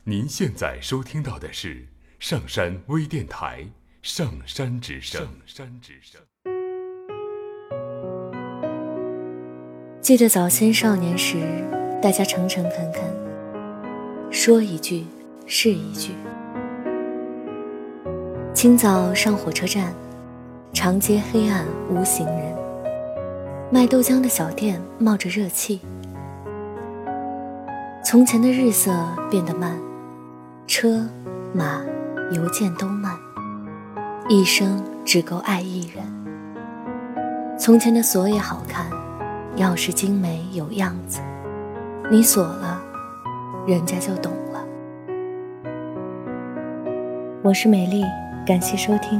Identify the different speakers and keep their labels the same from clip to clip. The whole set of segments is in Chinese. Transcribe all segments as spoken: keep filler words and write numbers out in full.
Speaker 1: 您现在收听到的是上山微电台《上山之声》。上山之声。
Speaker 2: 记得早先少年时，大家诚诚恳恳，说一句是一句。清早上火车站，长街黑暗无行人，卖豆浆的小店冒着热气。从前的日色变得慢，车马邮件都慢，一生只够爱一人。从前的锁也好看，钥匙精美有样子，你锁了，人家就懂了。我是美丽，感谢收听。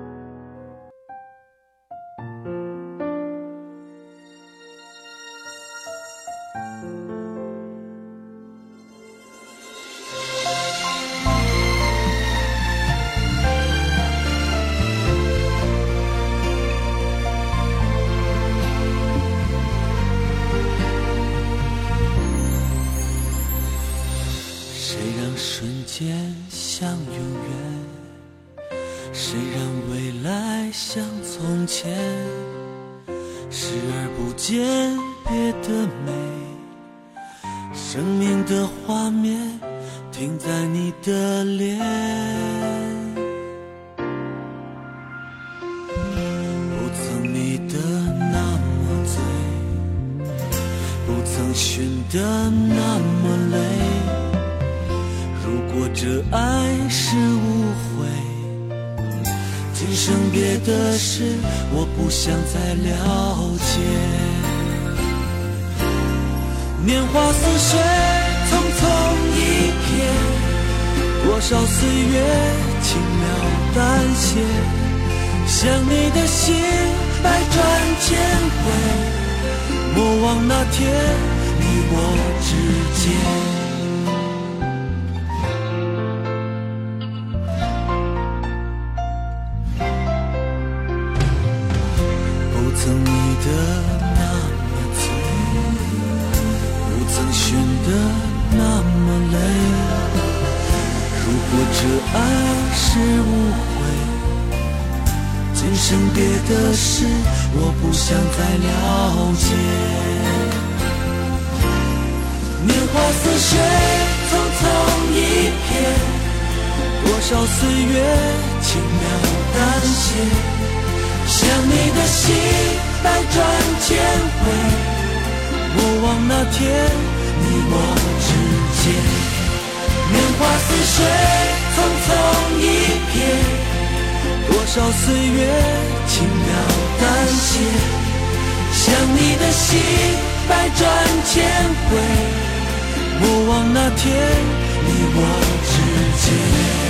Speaker 3: 瞬间像永远，谁让未来像从前，视而不见别的美，生命的画面停在你的脸，不曾迷得那么醉，不曾寻得那么累，如果这爱是误会，今生别的事我不想再了解。年华似水，匆匆一瞥，多少岁月轻描淡写，想你的心百转千回，莫忘那天你我之间。不曾迷得那么醉，不曾寻得那么累，如果这爱是误会，今生别的事我不想再了解。年华似水，匆匆一瞥，多少岁月轻描淡写，想你的心百转千回，莫忘那天你我之间。年华似水，匆匆一瞥，多少岁月轻描淡写，想你的心百转千回，莫忘那天你我之间。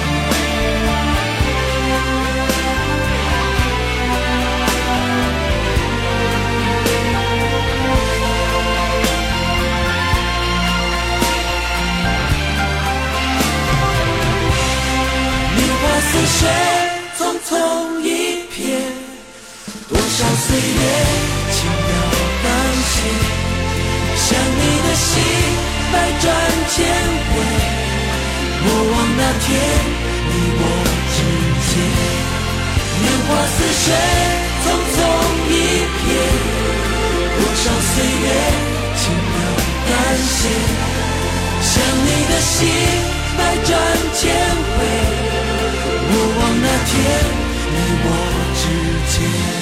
Speaker 3: 似水，匆匆一瞥，多少岁月轻描淡写，想你的心百转千回，莫忘那天你我之间。年华似水，匆匆一瞥，多少岁月轻描淡写，想你的心百转千回，莫忘那天你我之间。